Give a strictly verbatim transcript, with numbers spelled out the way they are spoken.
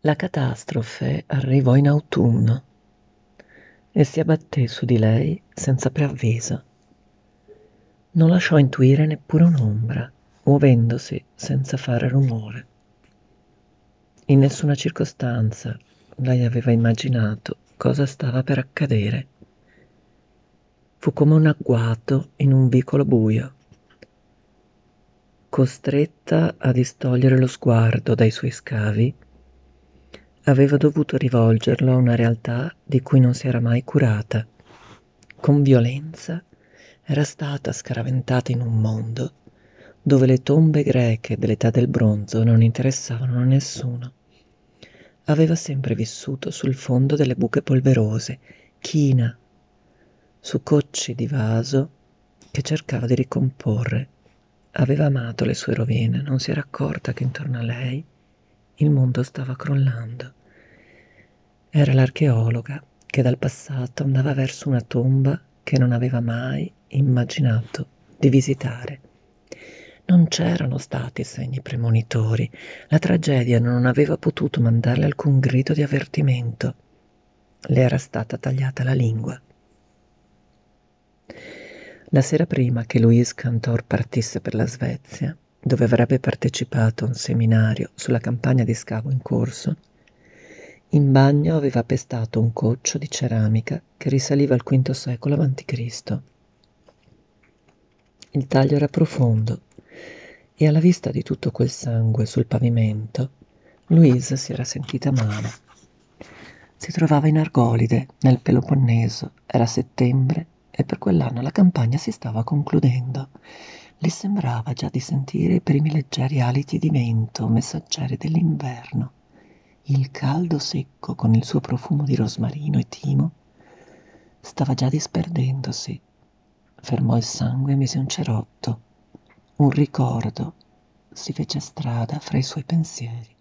La catastrofe arrivò in autunno e si abbatté su di lei senza preavviso. Non lasciò intuire neppure un'ombra, muovendosi senza fare rumore. In nessuna circostanza lei aveva immaginato cosa stava per accadere. Fu come un agguato in un vicolo buio, costretta a distogliere lo sguardo dai suoi scavi. Aveva dovuto rivolgerlo a una realtà di cui non si era mai curata. Con violenza era stata scaraventata in un mondo dove le tombe greche dell'età del bronzo non interessavano a nessuno. Aveva sempre vissuto sul fondo delle buche polverose, china, su cocci di vaso che cercava di ricomporre. Aveva amato le sue rovine, non si era accorta che intorno a lei il mondo stava crollando. Era l'archeologa che dal passato andava verso una tomba che non aveva mai immaginato di visitare. Non c'erano stati segni premonitori, la tragedia non aveva potuto mandarle alcun grido di avvertimento. Le era stata tagliata la lingua. La sera prima che Louise Cantor partisse per la Svezia, dove avrebbe partecipato a un seminario sulla campagna di scavo in corso, in bagno aveva pestato un coccio di ceramica che risaliva al quinto secolo avanti Cristo. Il taglio era profondo e alla vista di tutto quel sangue sul pavimento, Louise si era sentita male. Si trovava in Argolide, nel Peloponneso, era settembre e per quell'anno la campagna si stava concludendo. Le sembrava già di sentire i primi leggeri aliti di vento, messaggeri dell'inverno. Il caldo secco, con il suo profumo di rosmarino e timo, stava già disperdendosi. Fermò il sangue e mise un cerotto. Un ricordo si fece strada fra i suoi pensieri.